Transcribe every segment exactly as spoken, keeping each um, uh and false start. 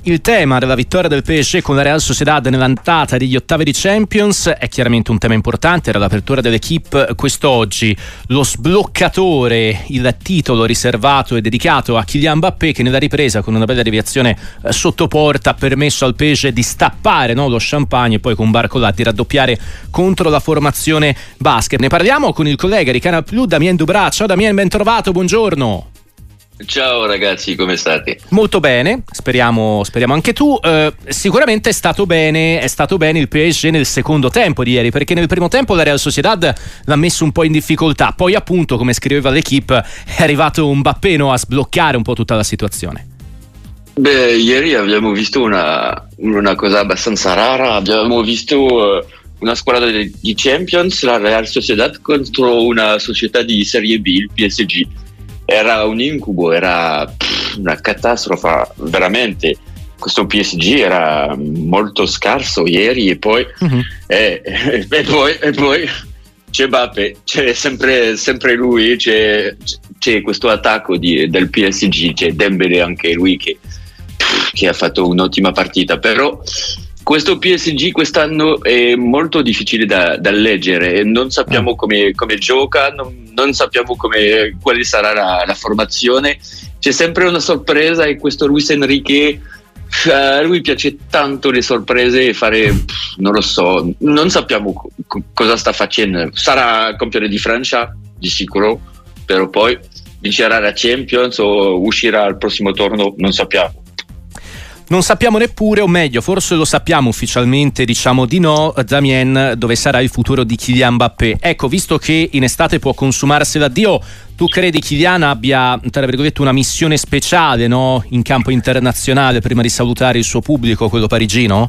Il tema della vittoria del P S G con la Real Sociedad nell'andata degli ottavi di Champions è chiaramente un tema importante, era l'apertura dell'Equipe quest'oggi. Lo sbloccatore, il titolo riservato e dedicato a Kylian Mbappé, che nella ripresa con una bella deviazione eh, sotto porta ha permesso al P S G di stappare, no, lo champagne e poi con Barcola di raddoppiare contro la formazione basket. Ne parliamo con il collega di Canal Plus, Damien Dubras. Ciao Damien, ben trovato, buongiorno. Ciao ragazzi, come state? Molto bene, speriamo, speriamo anche tu. Eh, sicuramente è stato bene, è stato bene il P S G nel secondo tempo di ieri, perché nel primo tempo la Real Sociedad l'ha messo un po' in difficoltà. Poi appunto, come scriveva l'Equipe, è arrivato un Mbappé, no, a sbloccare un po' tutta la situazione. Beh, ieri abbiamo visto una, una cosa abbastanza rara. Abbiamo visto uh, una squadra di, di Champions, la Real Sociedad, contro una società di Serie B, il P S G. Era un incubo, era pff, una catastrofe, veramente. Questo P S G era molto scarso ieri e poi, uh-huh. eh, e, e poi, e poi c'è Mbappé, c'è sempre, sempre lui, c'è, c'è questo attacco di, del P S G, c'è Dembélé anche lui che, pff, che ha fatto un'ottima partita, però questo P S G quest'anno è molto difficile da, da leggere, non sappiamo come, come gioca, non, non sappiamo come, quale sarà la, la formazione, c'è sempre una sorpresa e questo Luis Enrique, a lui piace tanto le sorprese e fare, non lo so, non sappiamo co- cosa sta facendo, sarà campione di Francia di sicuro, però poi vincerà la Champions o uscirà al prossimo turno, non sappiamo. Non sappiamo neppure, o meglio, forse lo sappiamo ufficialmente, diciamo di no, Damien, dove sarà il futuro di Kylian Mbappé. Ecco, visto che in estate può consumarsi l'addio, tu credi Kylian abbia, tra virgolette, una missione speciale, no, in campo internazionale prima di salutare il suo pubblico, quello parigino?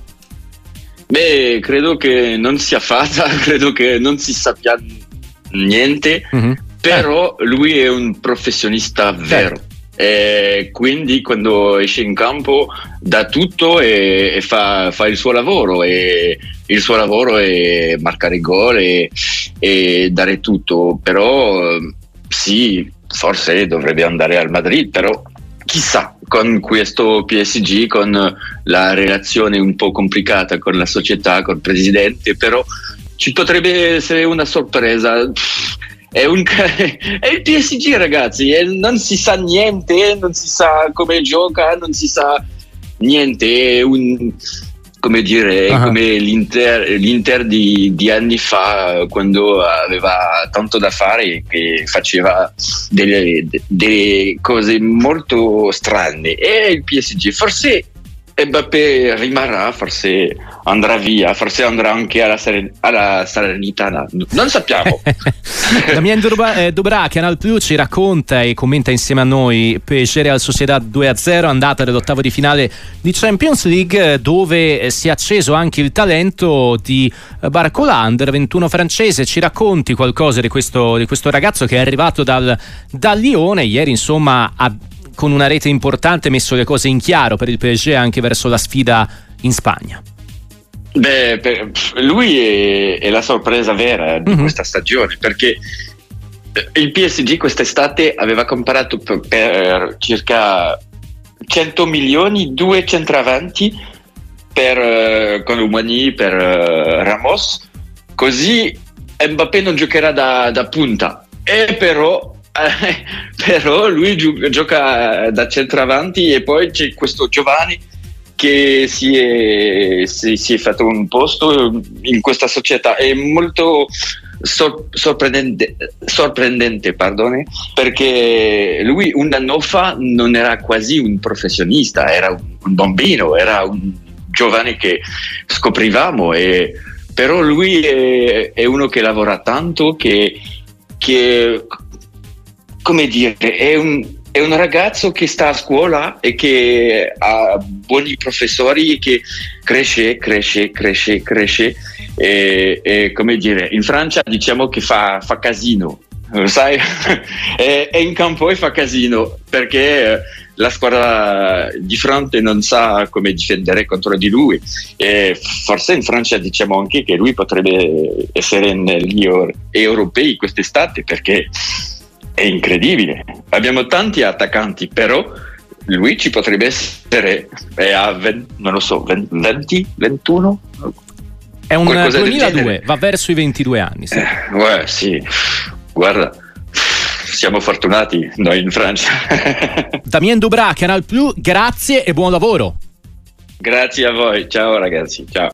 Beh, credo che non sia fatta, credo che non si sappia niente, mm-hmm. però eh. lui è un professionista vero. Certo. E quindi quando esce in campo dà tutto e, e fa, fa il suo lavoro, e il suo lavoro è marcare gol e, e dare tutto, però sì, forse dovrebbe andare al Madrid, però chissà, con questo P S G, con la relazione un po' complicata con la società, col presidente, però ci potrebbe essere una sorpresa. È, un, è il P S G, ragazzi, e non si sa niente, non si sa come gioca, non si sa niente. È un, come dire, uh-huh. come l'Inter, l'Inter di, di anni fa, quando aveva tanto da fare, che faceva delle, delle cose molto strane. E il P S G, forse Mbappé rimarrà, forse andrà via, forse andrà anche alla, Seren- alla Salernitana, non sappiamo. Damien Dubras, Canal Plus, ci racconta e commenta insieme a noi P S G Real Sociedad due a zero, andata dell'ottavo di finale di Champions League, dove si è acceso anche il talento di Barcola, under ventuno francese. Ci racconti qualcosa di questo, di questo ragazzo che è arrivato dal, dal Lione, ieri insomma ha, con una rete importante, messo le cose in chiaro per il P S G anche verso la sfida in Spagna. Beh, per, lui è, è la sorpresa vera di mm-hmm. questa stagione, perché il P S G quest'estate aveva comprato per, per circa cento milioni due centravanti per, con Umani, per uh, Ramos, così Mbappé non giocherà da, da punta, e però Eh, però lui gi- gioca da centravanti, e poi c'è questo Giovanni che si è, si, si è fatto un posto in questa società. È molto sor- sorprendente, sorprendente pardone, perché lui un anno fa non era quasi un professionista, era un, un bambino, era un giovane che scoprivamo, e, però lui è, è uno che lavora tanto, che, che come dire, è un, è un ragazzo che sta a scuola e che ha buoni professori e che cresce, cresce, cresce, cresce e, e come dire, in Francia diciamo che fa, fa casino, sai? è, è in campo e fa casino, perché la squadra di fronte non sa come difendere contro di lui, e forse in Francia diciamo anche che lui potrebbe essere negli europei quest'estate, perché è incredibile. Abbiamo tanti attaccanti, però lui ci potrebbe essere, è a venti, non lo so, venti, ventuno? È un duemiladue, va verso i ventidue anni. Sì. Eh, eh, sì, guarda, siamo fortunati noi in Francia. Damien Dubras, Canal Plus, grazie e buon lavoro. Grazie a voi, ciao ragazzi, ciao.